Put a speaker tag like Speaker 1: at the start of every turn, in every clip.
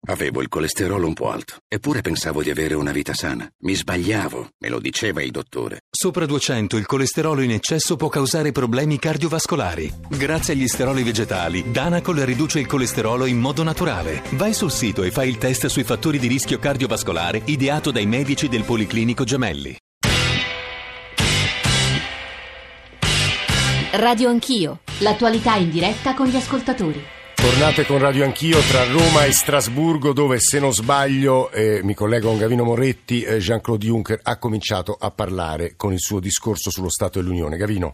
Speaker 1: Avevo il colesterolo un po' alto, eppure pensavo di avere una vita sana. Mi sbagliavo, me lo diceva il dottore.
Speaker 2: Sopra 200 il colesterolo in eccesso può causare problemi cardiovascolari. Grazie agli steroli vegetali, Danacol riduce il colesterolo in modo naturale. Vai sul sito e fai il test sui fattori di rischio cardiovascolare ideato dai medici del Policlinico Gemelli.
Speaker 3: Radio Anch'io, l'attualità in diretta con gli ascoltatori.
Speaker 4: Tornate con Radio Anch'io tra Roma e Strasburgo, dove, se non sbaglio, mi collego con Gavino Moretti, Jean-Claude Juncker ha cominciato a parlare con il suo discorso sullo Stato dell'Unione. Gavino,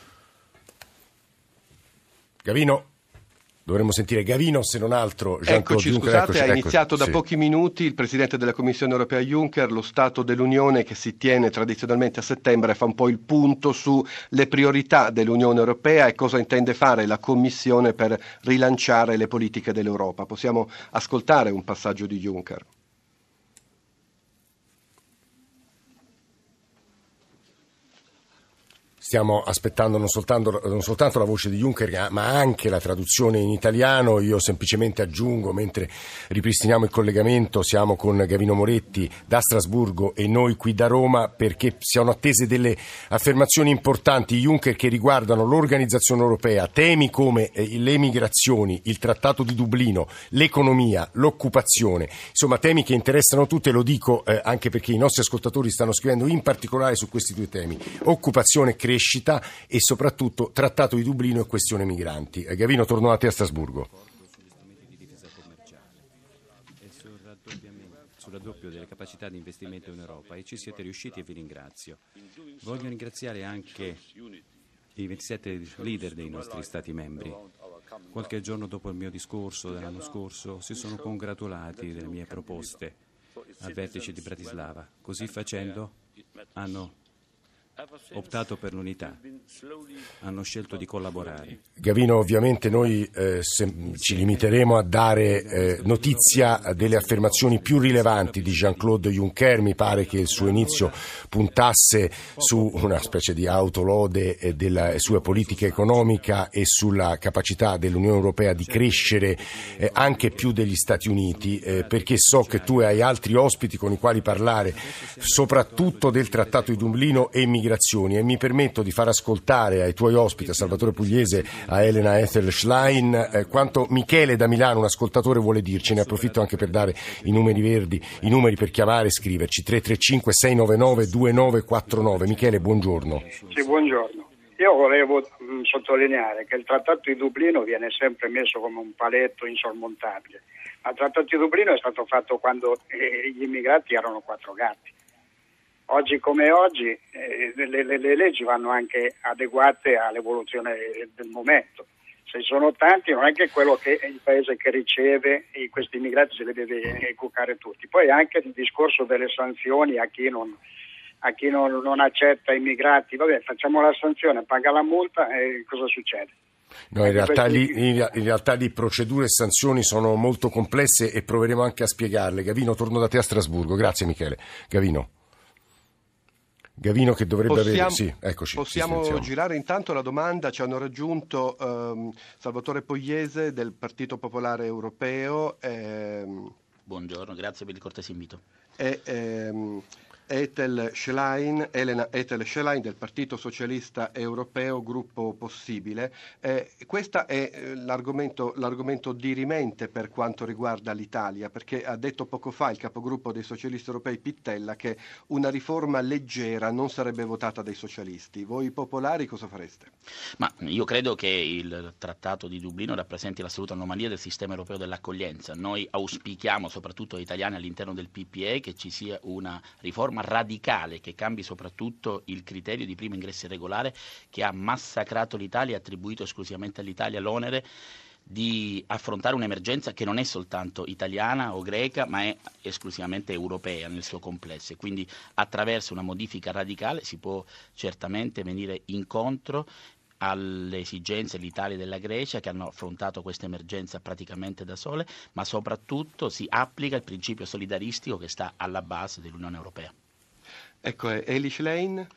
Speaker 4: dovremmo sentire Gavino, se non altro Jean-Claude Juncker.
Speaker 5: Scusate, ha iniziato da pochi minuti il Presidente della Commissione Europea Juncker lo Stato dell'Unione che si tiene tradizionalmente a settembre, fa un po' il punto sulle priorità dell'Unione Europea e cosa intende fare la Commissione per rilanciare le politiche dell'Europa. Possiamo ascoltare un passaggio di Juncker.
Speaker 4: Stiamo aspettando non soltanto la voce di Juncker, ma anche la traduzione in italiano. Io semplicemente aggiungo, mentre ripristiniamo il collegamento, siamo con Gavino Moretti da Strasburgo e noi qui da Roma, perché siano attese delle affermazioni importanti Juncker che riguardano l'organizzazione europea, temi come le migrazioni, il Trattato di Dublino, l'economia, l'occupazione, insomma temi che interessano tutti, e lo dico anche perché i nostri ascoltatori stanno scrivendo in particolare su questi due temi: occupazione e crescita, e soprattutto Trattato di Dublino e questione migranti. Gavino, torno a te a Strasburgo.
Speaker 6: Sul raddoppio delle capacità di investimento in Europa, e ci siete riusciti e vi ringrazio. Voglio ringraziare anche i 27 leader dei nostri Stati membri. Qualche giorno dopo il mio discorso dell'anno scorso si sono congratulati delle mie proposte al vertice di Bratislava. Così facendo hanno optato per l'unità, hanno scelto di collaborare.
Speaker 4: Gavino, ovviamente noi ci limiteremo a dare notizia delle affermazioni più rilevanti di Jean-Claude Juncker. Mi pare che il suo inizio puntasse su una specie di autolode della sua politica economica e sulla capacità dell'Unione Europea di crescere anche più degli Stati Uniti, perché so che tu hai altri ospiti con i quali parlare soprattutto del Trattato di Dublino e migrazioni, e mi permetto di far ascoltare ai tuoi ospiti, a Salvatore Pugliese, a Elena Ethel-Schlein, quanto Michele da Milano, un ascoltatore, vuole dirci. Ne approfitto anche per dare i numeri verdi, i numeri per chiamare e scriverci: 335 699 2949. Michele, buongiorno.
Speaker 7: Sì, buongiorno. Io volevo sottolineare che il Trattato di Dublino viene sempre messo come un paletto insormontabile, ma il Trattato di Dublino è stato fatto quando gli immigrati erano 4 gatti. Oggi come oggi le leggi vanno anche adeguate all'evoluzione del momento. Se sono tanti, non è che quello che il paese che riceve questi immigrati se li deve educare tutti. Poi anche il discorso delle sanzioni a chi non accetta immigrati. Vabbè, facciamo la sanzione, paga la multa e cosa succede?
Speaker 4: No, in realtà lì procedure e sanzioni sono molto complesse e proveremo anche a spiegarle. Gavino, torno da te a Strasburgo. Grazie Michele. Gavino che dovrebbe avere... Sì, eccoci.
Speaker 5: Possiamo girare intanto la domanda. Ci hanno raggiunto Salvatore Pugliese del Partito Popolare Europeo.
Speaker 8: Buongiorno, grazie per il cortese invito.
Speaker 5: Elena Ethel-Schlein del Partito Socialista Europeo, gruppo Possibile. Questo è l'argomento dirimente per quanto riguarda l'Italia, perché ha detto poco fa il capogruppo dei socialisti europei Pittella che una riforma leggera non sarebbe votata dai socialisti. Voi popolari cosa fareste?
Speaker 8: Ma io credo che il Trattato di Dublino rappresenti l'assoluta anomalia del sistema europeo dell'accoglienza. Noi auspichiamo, soprattutto italiani all'interno del PPE, che ci sia una riforma radicale che cambi soprattutto il criterio di primo ingresso irregolare, che ha massacrato l'Italia e attribuito esclusivamente all'Italia l'onere di affrontare un'emergenza che non è soltanto italiana o greca, ma è esclusivamente europea nel suo complesso, e quindi attraverso una modifica radicale si può certamente venire incontro alle esigenze dell'Italia e della Grecia, che hanno affrontato questa emergenza praticamente da sole, ma soprattutto si applica il principio solidaristico che sta alla base dell'Unione Europea.
Speaker 5: Ecco, Eli Schlein.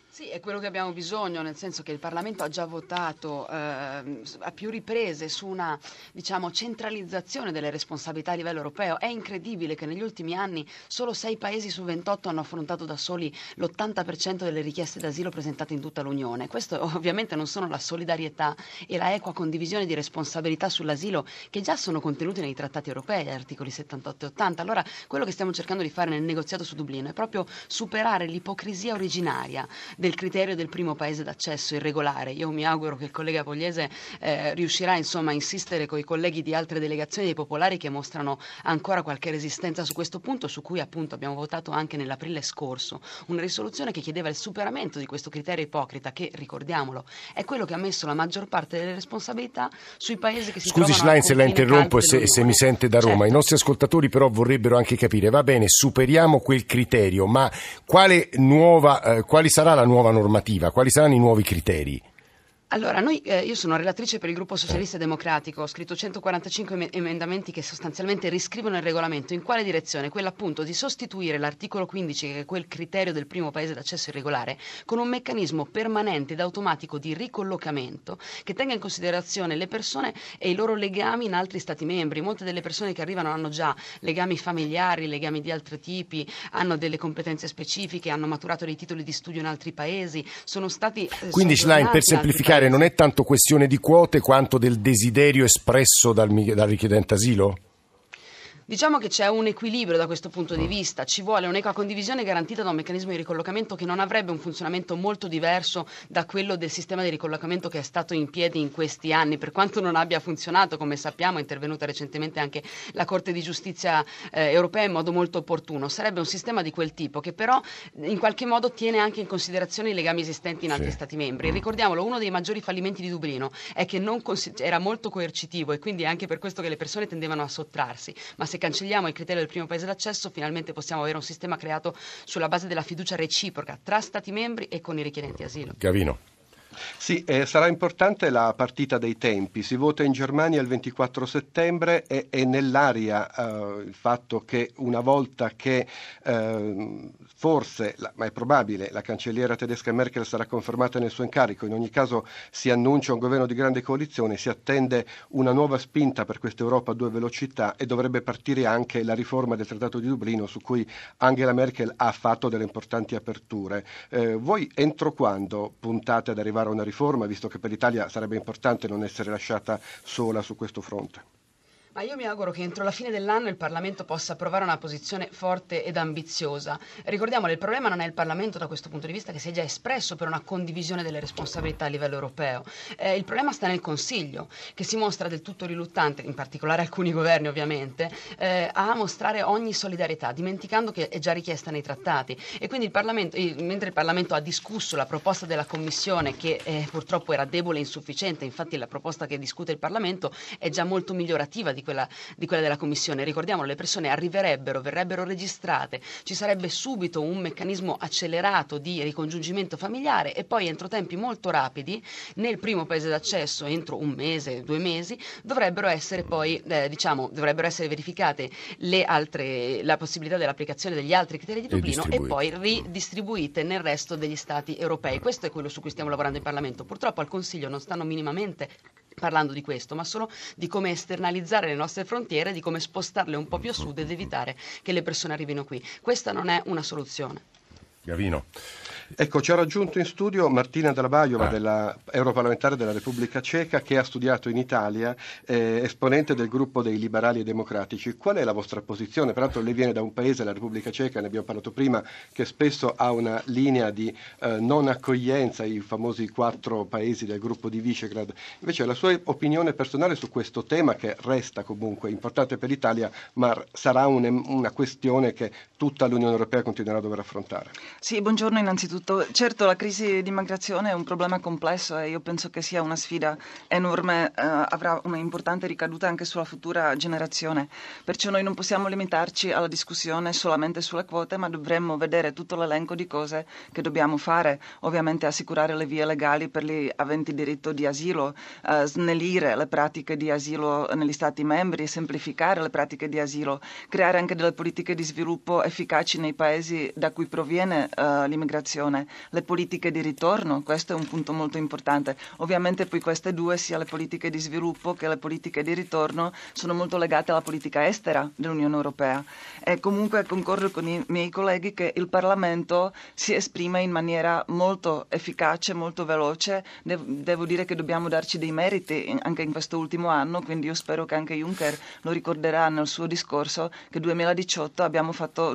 Speaker 9: Sì, è quello che abbiamo bisogno, nel senso che il Parlamento ha già votato a più riprese su una, diciamo, centralizzazione delle responsabilità a livello europeo. È incredibile che negli ultimi anni solo 6 paesi su 28 hanno affrontato da soli l'80% delle richieste d'asilo presentate in tutta l'Unione. Questo ovviamente non sono la solidarietà e la equa condivisione di responsabilità sull'asilo che già sono contenuti nei trattati europei, agli articoli 78 e 80. Allora, quello che stiamo cercando di fare nel negoziato su Dublino è proprio superare l'ipocrisia originaria del criterio del primo paese d'accesso irregolare. Io mi auguro che il collega Pogliese riuscirà insomma a insistere con i colleghi di altre delegazioni dei popolari che mostrano ancora qualche resistenza su questo punto, su cui appunto abbiamo votato anche nell'aprile scorso una risoluzione che chiedeva il superamento di questo criterio ipocrita che, ricordiamolo, è quello che ha messo la maggior parte delle responsabilità sui paesi che si trovano al confine
Speaker 4: se la interrompo
Speaker 9: caldo
Speaker 4: se mi sente da Roma.
Speaker 9: Certo.
Speaker 4: I nostri ascoltatori però vorrebbero anche capire, va bene, superiamo quel criterio, ma quali sarà la nuova normativa? Quali saranno i nuovi criteri?
Speaker 9: Allora, io sono relatrice per il gruppo socialista e democratico, ho scritto 145 emendamenti che sostanzialmente riscrivono il regolamento. In quale direzione? Quella appunto di sostituire l'articolo 15, che è quel criterio del primo paese d'accesso irregolare, con un meccanismo permanente ed automatico di ricollocamento che tenga in considerazione le persone e i loro legami in altri stati membri. Molte delle persone che arrivano hanno già legami familiari, legami di altri tipi, hanno delle competenze specifiche, hanno maturato dei titoli di studio in altri paesi, sono stati
Speaker 4: Quindi Schlein, per semplificare, non è tanto questione di quote quanto del desiderio espresso dal richiedente asilo?
Speaker 9: Diciamo che c'è un equilibrio da questo punto di vista, ci vuole un'equa condivisione garantita da un meccanismo di ricollocamento che non avrebbe un funzionamento molto diverso da quello del sistema di ricollocamento che è stato in piedi in questi anni, per quanto non abbia funzionato. Come sappiamo è intervenuta recentemente anche la Corte di Giustizia europea in modo molto opportuno. Sarebbe un sistema di quel tipo che però in qualche modo tiene anche in considerazione i legami esistenti in altri Stati membri. Ricordiamolo, uno dei maggiori fallimenti di Dublino è che era molto coercitivo e quindi è anche per questo che le persone tendevano a sottrarsi, ma se cancelliamo il criterio del primo paese d'accesso finalmente possiamo avere un sistema creato sulla base della fiducia reciproca tra Stati membri e con i richiedenti asilo.
Speaker 4: Gavino.
Speaker 5: Sì, sarà importante la partita dei tempi. Si vota in Germania il 24 settembre e è nell'aria il fatto che una volta che forse, ma è probabile, la cancelliera tedesca Merkel sarà confermata nel suo incarico, in ogni caso si annuncia un governo di grande coalizione, si attende una nuova spinta per questa Europa a 2 velocità e dovrebbe partire anche la riforma del Trattato di Dublino su cui Angela Merkel ha fatto delle importanti aperture. Voi entro quando puntate ad arrivare a una riforma, visto che per l'Italia sarebbe importante non essere lasciata sola su questo fronte?
Speaker 9: Ma io mi auguro che entro la fine dell'anno il Parlamento possa approvare una posizione forte ed ambiziosa. Ricordiamolo, il problema non è il Parlamento da questo punto di vista, che si è già espresso per una condivisione delle responsabilità a livello europeo. Il problema sta nel Consiglio, che si mostra del tutto riluttante, in particolare alcuni governi ovviamente, a mostrare ogni solidarietà, dimenticando che è già richiesta nei trattati. E quindi il Parlamento, mentre il Parlamento ha discusso la proposta della Commissione, che purtroppo era debole e insufficiente, infatti la proposta che discute il Parlamento è già molto migliorativa di quella della Commissione. Ricordiamolo, le persone verrebbero registrate, ci sarebbe subito un meccanismo accelerato di ricongiungimento familiare e poi entro tempi molto rapidi, nel primo paese d'accesso, entro un mese, 2 mesi, dovrebbero essere poi dovrebbero essere verificate la possibilità dell'applicazione degli altri criteri di Dublino e poi ridistribuite nel resto degli Stati europei. Questo è quello su cui stiamo lavorando in Parlamento. Purtroppo al Consiglio non stanno minimamente parlando di questo, ma solo di come esternalizzare le nostre frontiere, di come spostarle un po' più a sud ed evitare che le persone arrivino qui. Questa non è una soluzione.
Speaker 4: Gavino.
Speaker 5: Ecco, ci ha raggiunto in studio Martina Dlabajová, della europarlamentare della Repubblica Ceca, che ha studiato in Italia, esponente del gruppo dei liberali e democratici. Qual è la vostra posizione? Peraltro lei viene da un paese, la Repubblica Ceca, ne abbiamo parlato prima, che spesso ha una linea di non accoglienza, i famosi 4 paesi del gruppo di Visegrad. Invece la sua opinione personale su questo tema, che resta comunque importante per l'Italia, ma sarà una questione che tutta l'Unione Europea continuerà a dover affrontare.
Speaker 10: Sì, buongiorno innanzitutto. Certo, la crisi di immigrazione è un problema complesso e io penso che sia una sfida enorme, avrà una importante ricaduta anche sulla futura generazione. Perciò noi non possiamo limitarci alla discussione solamente sulle quote, ma dovremmo vedere tutto l'elenco di cose che dobbiamo fare. Ovviamente assicurare le vie legali per gli aventi diritto di asilo, snellire le pratiche di asilo negli Stati membri, semplificare le pratiche di asilo, creare anche delle politiche di sviluppo efficaci nei paesi da cui proviene l'immigrazione, le politiche di ritorno, questo è un punto molto importante. Ovviamente poi queste due, sia le politiche di sviluppo che le politiche di ritorno, sono molto legate alla politica estera dell'Unione Europea. E comunque concordo con i miei colleghi che il Parlamento si esprime in maniera molto efficace, molto veloce. Devo dire che dobbiamo darci dei meriti anche in questo ultimo anno, quindi io spero che anche Juncker lo ricorderà nel suo discorso, che 2017 abbiamo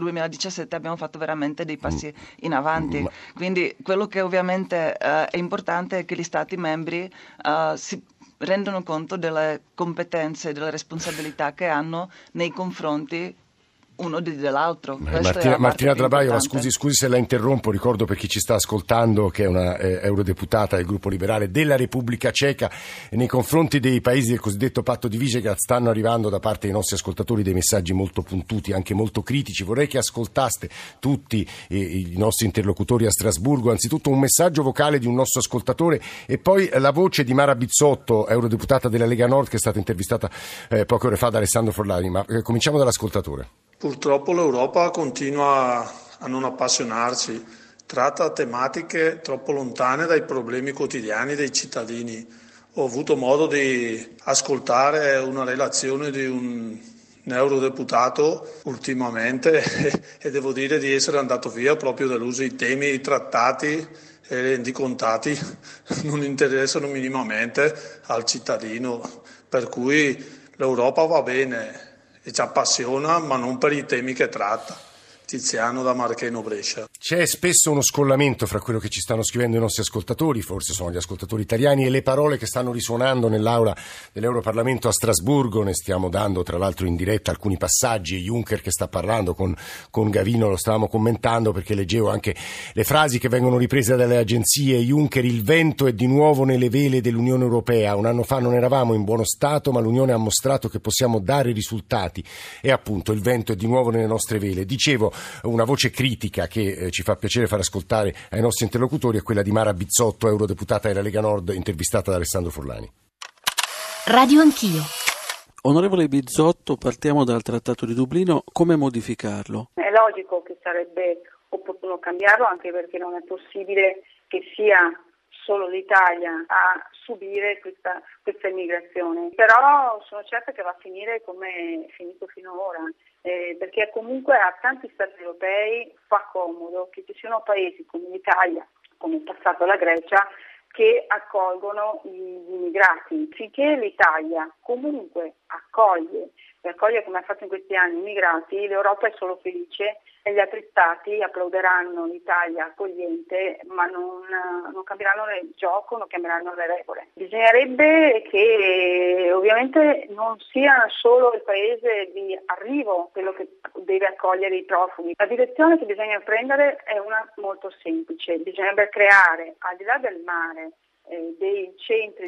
Speaker 10: fatto veramente dei passi in avanti. Quindi quello che ovviamente è importante è che gli Stati membri si rendono conto delle competenze e delle responsabilità che hanno nei confronti uno dell'altro.
Speaker 4: Martina Dlabajová, scusi se la interrompo, ricordo per chi ci sta ascoltando che è una eurodeputata del gruppo liberale della Repubblica Ceca, e nei confronti dei paesi del cosiddetto patto di Visegrad stanno arrivando da parte dei nostri ascoltatori dei messaggi molto puntuti, anche molto critici. Vorrei che ascoltaste tutti i nostri interlocutori a Strasburgo, anzitutto un messaggio vocale di un nostro ascoltatore e poi la voce di Mara Bizzotto, eurodeputata della Lega Nord, che è stata intervistata poche ore fa da Alessandro Forlani. Ma cominciamo dall'ascoltatore.
Speaker 11: Purtroppo l'Europa continua a non appassionarci, tratta tematiche troppo lontane dai problemi quotidiani dei cittadini. Ho avuto modo di ascoltare una relazione di un eurodeputato ultimamente e devo dire di essere andato via proprio deluso. I temi, i trattati e i rendicontati non interessano minimamente al cittadino, per cui l'Europa va bene e ci appassiona, ma non per i temi che tratta. Tiziano da Marcheno Brescia.
Speaker 4: C'è spesso uno scollamento fra quello che ci stanno scrivendo i nostri ascoltatori, forse sono gli ascoltatori italiani, e le parole che stanno risuonando nell'aula dell'Europarlamento a Strasburgo. Ne stiamo dando tra l'altro in diretta alcuni passaggi, e Juncker che sta parlando con Gavino lo stavamo commentando, perché leggevo anche le frasi che vengono riprese dalle agenzie. Juncker: il vento è di nuovo nelle vele dell'Unione Europea, un anno fa non eravamo in buono stato, ma l'Unione ha mostrato che possiamo dare risultati, e appunto il vento è di nuovo nelle nostre vele. Dicevo, una voce critica che ci fa piacere far ascoltare ai nostri interlocutori è quella di Mara Bizzotto, eurodeputata della Lega Nord, intervistata da Alessandro Forlani.
Speaker 3: Radio Anch'io.
Speaker 12: Onorevole Bizzotto, partiamo dal Trattato di Dublino. Come modificarlo?
Speaker 13: È logico che sarebbe opportuno cambiarlo, anche perché non è possibile che sia solo l'Italia a subire questa immigrazione. Però sono certa che va a finire come è finito finora. Perché comunque a tanti Stati europei fa comodo che ci siano paesi come l'Italia, come in passato la Grecia, che accolgono gli immigrati. Finché l'Italia comunque accoglie come ha fatto in questi anni i immigrati, l'Europa è solo felice e gli altri Stati applauderanno l'Italia accogliente, ma non cambieranno il gioco, non cambieranno le regole. Bisognerebbe che ovviamente non sia solo il paese di arrivo quello che deve accogliere i profughi. La direzione che bisogna prendere è una molto semplice: bisognerebbe creare, al di là del mare, dei centri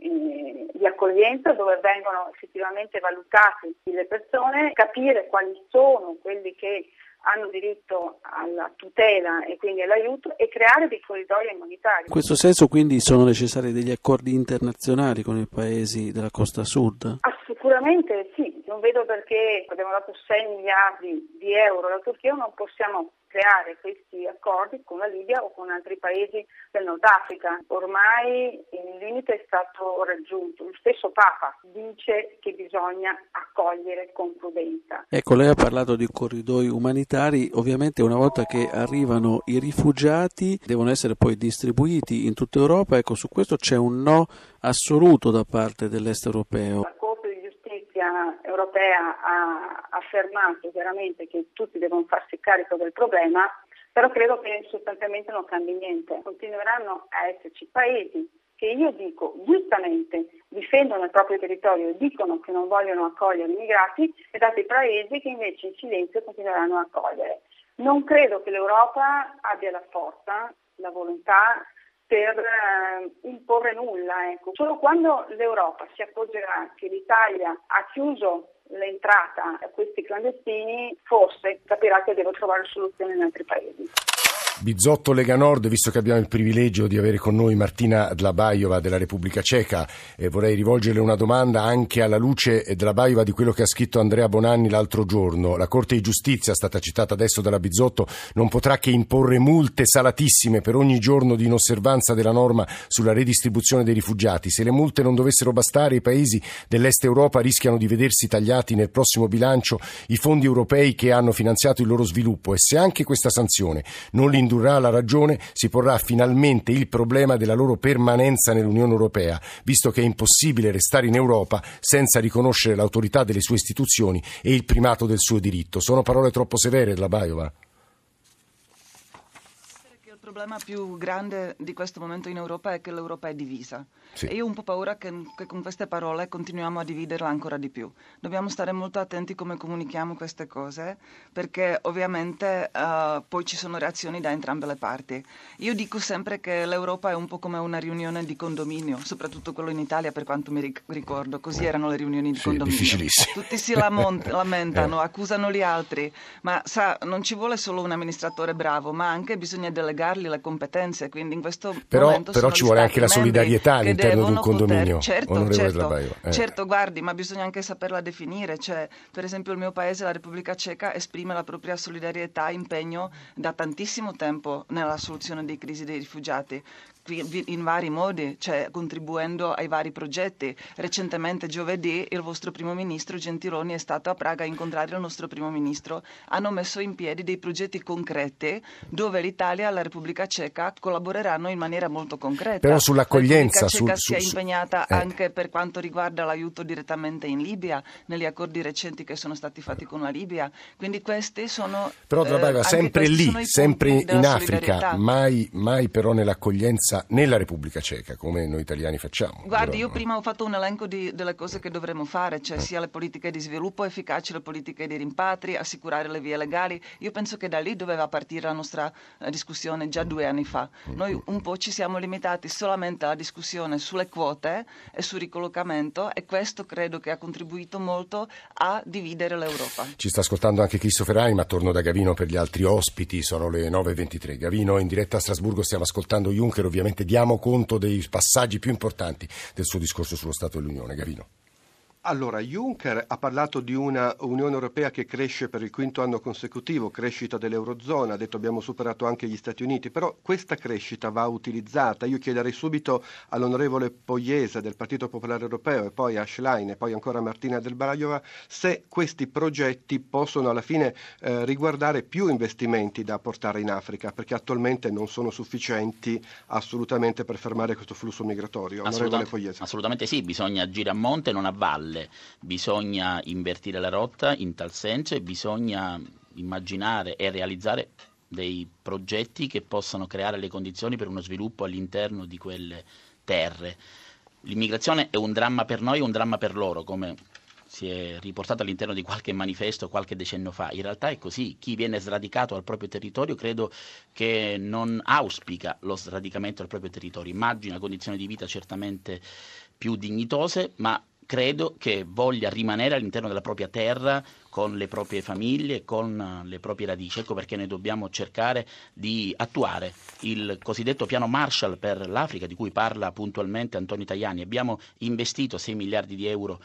Speaker 13: di accoglienza dove vengono effettivamente valutate le persone, capire quali sono quelli che hanno diritto alla tutela e quindi all'aiuto, e creare dei corridoi umanitari.
Speaker 12: In questo senso quindi sono necessari degli accordi internazionali con i paesi della costa sud?
Speaker 13: Sicuramente sì, non vedo perché abbiamo dato 6 miliardi di euro alla Turchia, non possiamo creare questi accordi con la Libia o con altri paesi del Nord Africa. Ormai il limite è stato raggiunto. Lo stesso Papa dice che bisogna accogliere con prudenza.
Speaker 12: Ecco, lei ha parlato di corridoi umanitari. Ovviamente una volta che arrivano i rifugiati devono essere poi distribuiti in tutta Europa. Ecco, su questo c'è un no assoluto da parte dell'est europeo.
Speaker 13: La Corte di Giustizia europea ha affermato chiaramente che tutti devono farsi carico del problema, però credo che sostanzialmente non cambi niente. Continueranno a esserci paesi che, io dico giustamente, difendono il proprio territorio e dicono che non vogliono accogliere immigrati, e altri paesi che invece in silenzio continueranno a accogliere. Non credo che l'Europa abbia la forza, la volontà per imporre nulla. Ecco. Solo quando l'Europa si accorgerà che l'Italia ha chiuso l'entrata a questi clandestini, forse capirà che deve trovare soluzioni in altri paesi.
Speaker 4: Bizzotto Lega Nord, visto che abbiamo il privilegio di avere con noi Martina Dlabajová della Repubblica Ceca, vorrei rivolgerle una domanda anche alla luce Dlabajová di quello che ha scritto Andrea Bonanni l'altro giorno. La Corte di Giustizia, stata citata adesso dalla Bizzotto, non potrà che imporre multe salatissime per ogni giorno di inosservanza della norma sulla redistribuzione dei rifugiati. Se le multe non dovessero bastare, i paesi dell'Est Europa rischiano di vedersi tagliati nel prossimo bilancio i fondi europei che hanno finanziato il loro sviluppo, e se anche questa sanzione non li indurrà alla ragione, si porrà finalmente il problema della loro permanenza nell'Unione Europea, visto che è impossibile restare in Europa senza riconoscere l'autorità delle sue istituzioni e il primato del suo diritto. Sono parole troppo severe, Dlabajová?
Speaker 10: Il problema più grande di questo momento in Europa è che l'Europa è divisa.
Speaker 4: Sì.
Speaker 10: E io ho un po' paura che con queste parole continuiamo a dividerla ancora di più. Dobbiamo stare molto attenti come comunichiamo queste cose, perché ovviamente poi ci sono reazioni da entrambe le parti. Io dico sempre che l'Europa è un po' come una riunione di condominio, soprattutto quello in Italia, per quanto mi ricordo. Così erano le riunioni di condominio.
Speaker 4: Difficilissimo.
Speaker 10: Tutti si lamentano, accusano gli altri, ma non ci vuole solo un amministratore bravo, ma anche bisogna delegargli le competenze, quindi in questo momento
Speaker 4: però ci vuole anche la solidarietà all'interno di un condominio.
Speaker 10: Certo, guardi, ma bisogna anche saperla definire, cioè per esempio il mio paese, la Repubblica Ceca, esprime la propria solidarietà e impegno da tantissimo tempo nella soluzione dei crisi dei rifugiati, in vari modi, cioè contribuendo ai vari progetti. Recentemente, giovedì, il vostro primo ministro Gentiloni è stato a Praga a incontrare il nostro primo ministro. Hanno messo in piedi dei progetti concreti dove l'Italia e la Repubblica Ceca collaboreranno in maniera molto concreta.
Speaker 4: Però sull'accoglienza,
Speaker 10: la Repubblica Ceca si è impegnata anche per quanto riguarda l'aiuto direttamente in Libia, negli accordi recenti che sono stati fatti con la Libia. Quindi questi sono
Speaker 4: però sempre lì, sempre in Africa, mai però nell'accoglienza nella Repubblica Ceca, come noi italiani facciamo.
Speaker 10: Guardi, io prima ho fatto un elenco delle cose che dovremmo fare, cioè sia le politiche di sviluppo efficaci, le politiche di rimpatri, assicurare le vie legali. Io penso che da lì doveva partire la nostra discussione già 2 anni fa. Noi un po' ci siamo limitati solamente alla discussione sulle quote e sul ricollocamento, e questo credo che ha contribuito molto a dividere l'Europa.
Speaker 4: Ci sta ascoltando anche Christopher Hai, ma torno da Gavino per gli altri ospiti. Sono le 9:23. Gavino, in diretta a Strasburgo, stiamo ascoltando Juncker. Ovviamente diamo conto dei passaggi più importanti del suo discorso sullo Stato dell'Unione. Gavino.
Speaker 5: Allora, Juncker ha parlato di una Unione Europea che cresce per il 5º anno consecutivo, crescita dell'Eurozona, ha detto abbiamo superato anche gli Stati Uniti, però questa crescita va utilizzata. Io chiederei subito all'onorevole Pogliese del Partito Popolare Europeo e poi a Schlein e poi ancora a Martina Dlabajová se questi progetti possono alla fine riguardare più investimenti da portare in Africa, perché attualmente non sono sufficienti assolutamente per fermare questo flusso migratorio. Onorevole Pogliese.
Speaker 8: Assolutamente sì, bisogna agire a monte, non a valle. Bisogna invertire la rotta in tal senso e bisogna immaginare e realizzare dei progetti che possano creare le condizioni per uno sviluppo all'interno di quelle terre. L'immigrazione è un dramma per noi e un dramma per loro, come si è riportato all'interno di qualche manifesto qualche decennio fa. In realtà è così, chi viene sradicato al proprio territorio credo che non auspica lo sradicamento al proprio territorio, immagina condizioni di vita certamente più dignitose, ma credo che voglia rimanere all'interno della propria terra con le proprie famiglie, con le proprie radici. Ecco perché noi dobbiamo cercare di attuare il cosiddetto piano Marshall per l'Africa, di cui parla puntualmente Antonio Tajani. Abbiamo investito 6 miliardi di euro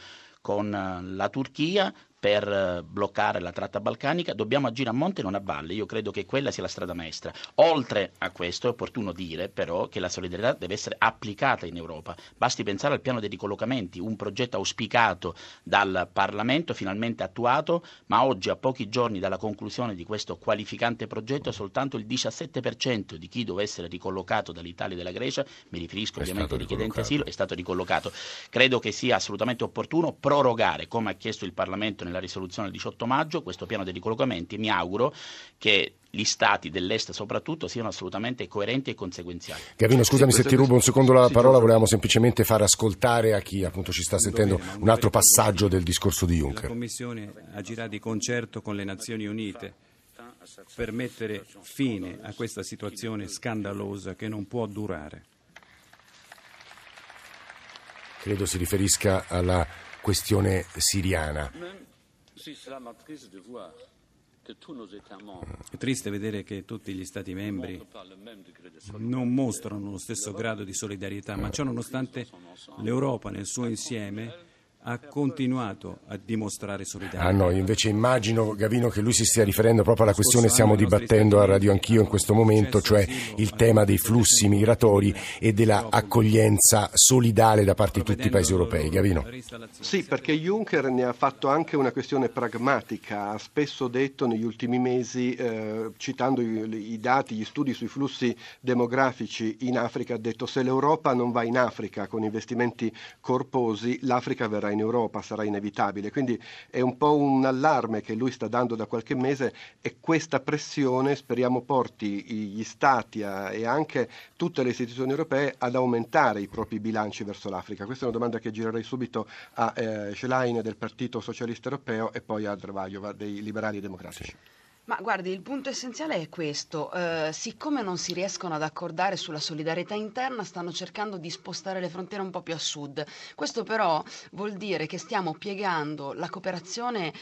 Speaker 8: con la Turchia per bloccare la tratta balcanica. Dobbiamo agire a monte e non a valle. Io credo che quella sia la strada maestra. Oltre a questo è opportuno dire però che la solidarietà deve essere applicata in Europa. Basti pensare al piano dei ricollocamenti, un progetto auspicato dal Parlamento, finalmente attuato, ma oggi, a pochi giorni dalla conclusione di questo qualificante progetto, soltanto il 17% di chi doveva essere ricollocato dall'Italia e dalla Grecia, mi riferisco ovviamente ai richiedenti asilo, è stato ricollocato. Credo che sia assolutamente opportuno prorogare, come ha chiesto il Parlamento nella risoluzione del 18 maggio, questo piano dei ricollocamenti. Mi auguro che gli stati dell'Est soprattutto siano assolutamente coerenti e conseguenziali.
Speaker 4: Gavino, scusami se ti rubo un secondo la parola, volevamo semplicemente far ascoltare a chi appunto ci sta sentendo un altro passaggio del discorso di Juncker.
Speaker 6: La Commissione agirà di concerto con le Nazioni Unite per mettere fine a questa situazione scandalosa che non può durare.
Speaker 4: Credo si riferisca alla questione siriana.
Speaker 6: È triste vedere che tutti gli Stati membri non mostrano lo stesso grado di solidarietà, ma ciò nonostante l'Europa nel suo insieme ha continuato a dimostrare solidarietà.
Speaker 4: No, invece immagino, Gavino, che lui si stia riferendo proprio alla questione che stiamo dibattendo a Radio Anch'io in questo momento, cioè il tema dei flussi migratori e della accoglienza solidale da parte di tutti i paesi europei. Gavino?
Speaker 5: Sì, perché Juncker ne ha fatto anche una questione pragmatica. Ha spesso detto negli ultimi mesi, citando i dati, gli studi sui flussi demografici in Africa, ha detto: se l'Europa non va in Africa con investimenti corposi, l'Africa verrà in Europa, sarà inevitabile. Quindi è un po' un allarme che lui sta dando da qualche mese, e questa pressione speriamo porti gli Stati e anche tutte le istituzioni europee ad aumentare i propri bilanci verso l'Africa. Questa è una domanda che girerei subito a Schlein del Partito Socialista Europeo e poi a Dravajova dei Liberali Democratici.
Speaker 9: Ma guardi, il punto essenziale è questo: siccome non si riescono ad accordare sulla solidarietà interna, stanno cercando di spostare le frontiere un po' più a sud. Questo però vuol dire che stiamo piegando la cooperazione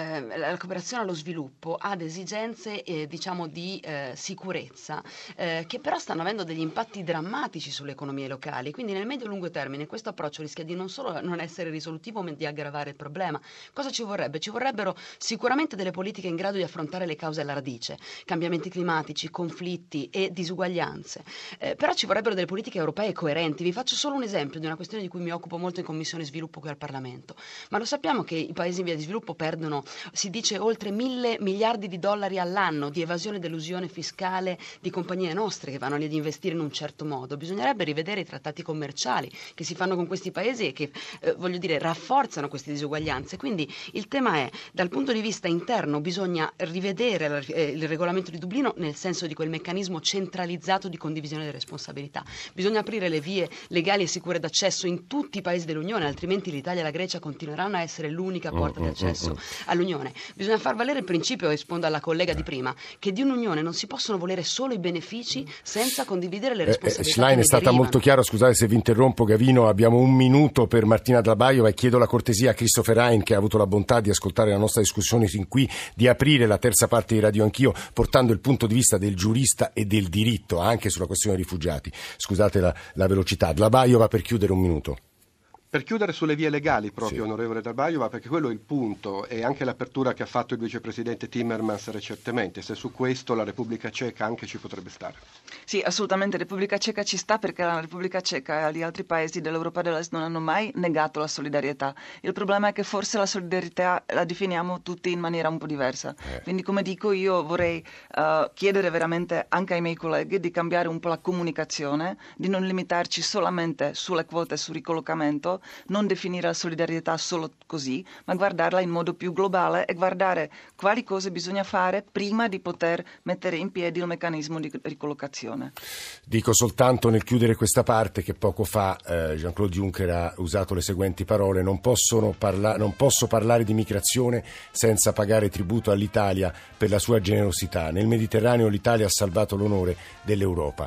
Speaker 9: allo sviluppo ad esigenze diciamo di sicurezza, che però stanno avendo degli impatti drammatici sulle economie locali. Quindi nel medio-lungo termine questo approccio rischia di non solo non essere risolutivo, ma di aggravare il problema. Cosa ci vorrebbe? Ci vorrebbero sicuramente delle politiche in grado di affrontare le cause alla radice: cambiamenti climatici, conflitti e disuguaglianze. Però ci vorrebbero delle politiche europee coerenti. Vi faccio solo un esempio di una questione di cui mi occupo molto in Commissione Sviluppo qui al Parlamento. Ma lo sappiamo che i paesi in via di sviluppo perdono, si dice, oltre 1.000 miliardi di dollari all'anno di evasione ed elusione fiscale di compagnie nostre che vanno lì ad investire in un certo modo. Bisognerebbe rivedere i trattati commerciali che si fanno con questi paesi e che, rafforzano queste disuguaglianze. Quindi il tema è, dal punto di vista interno, bisogna rivedere il regolamento di Dublino nel senso di quel meccanismo centralizzato di condivisione delle responsabilità. Bisogna aprire le vie legali e sicure d'accesso in tutti i paesi dell'Unione, altrimenti l'Italia e la Grecia continueranno a essere l'unica porta di accesso all'Unione. Bisogna far valere il principio, e rispondo alla collega di prima, che di un'Unione non si possono volere solo i benefici senza condividere le responsabilità.
Speaker 4: Schlein è stata molto chiara, scusate se vi interrompo, Gavino, abbiamo un minuto per Martina Dlabajova e chiedo la cortesia a Christopher Hein, che ha avuto la bontà di ascoltare la nostra discussione sin qui, di aprire la terza parte di Radio Anch'io portando il punto di vista del giurista e del diritto anche sulla questione dei rifugiati. Scusate la velocità. Dlabajova, per chiudere, un minuto.
Speaker 5: Per chiudere sulle vie legali proprio,
Speaker 4: sì.
Speaker 5: Onorevole Dlabajova, perché quello è il punto, e anche l'apertura che ha fatto il vicepresidente Timmermans recentemente. Se su questo la Repubblica Ceca anche ci potrebbe stare.
Speaker 10: Sì, assolutamente, la Repubblica Ceca ci sta, perché la Repubblica Ceca e gli altri paesi dell'Europa dell'Est non hanno mai negato la solidarietà. Il problema è che forse la solidarietà la definiamo tutti in maniera un po' diversa. Quindi, come dico, io vorrei chiedere veramente anche ai miei colleghi di cambiare un po' la comunicazione, di non limitarci solamente sulle quote, sul ricollocamento, non definire la solidarietà solo così, ma guardarla in modo più globale e guardare quali cose bisogna fare prima di poter mettere in piedi il meccanismo di ricollocazione.
Speaker 4: Dico soltanto nel chiudere questa parte che poco fa Jean-Claude Juncker ha usato le seguenti parole: non posso parlare di migrazione senza pagare tributo all'Italia per la sua generosità. Nel Mediterraneo l'Italia ha salvato l'onore dell'Europa.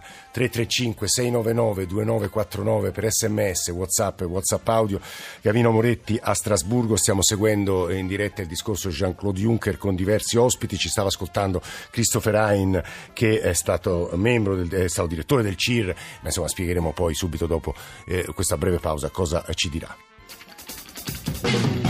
Speaker 4: 335 699 2949 per SMS, WhatsApp e WhatsApp audio. Gavino Moretti a Strasburgo. Stiamo seguendo in diretta il discorso di Jean-Claude Juncker con diversi ospiti. Ci stava ascoltando Christopher Hein, che è stato direttore del CIR, ma insomma spiegheremo poi subito dopo questa breve pausa cosa ci dirà.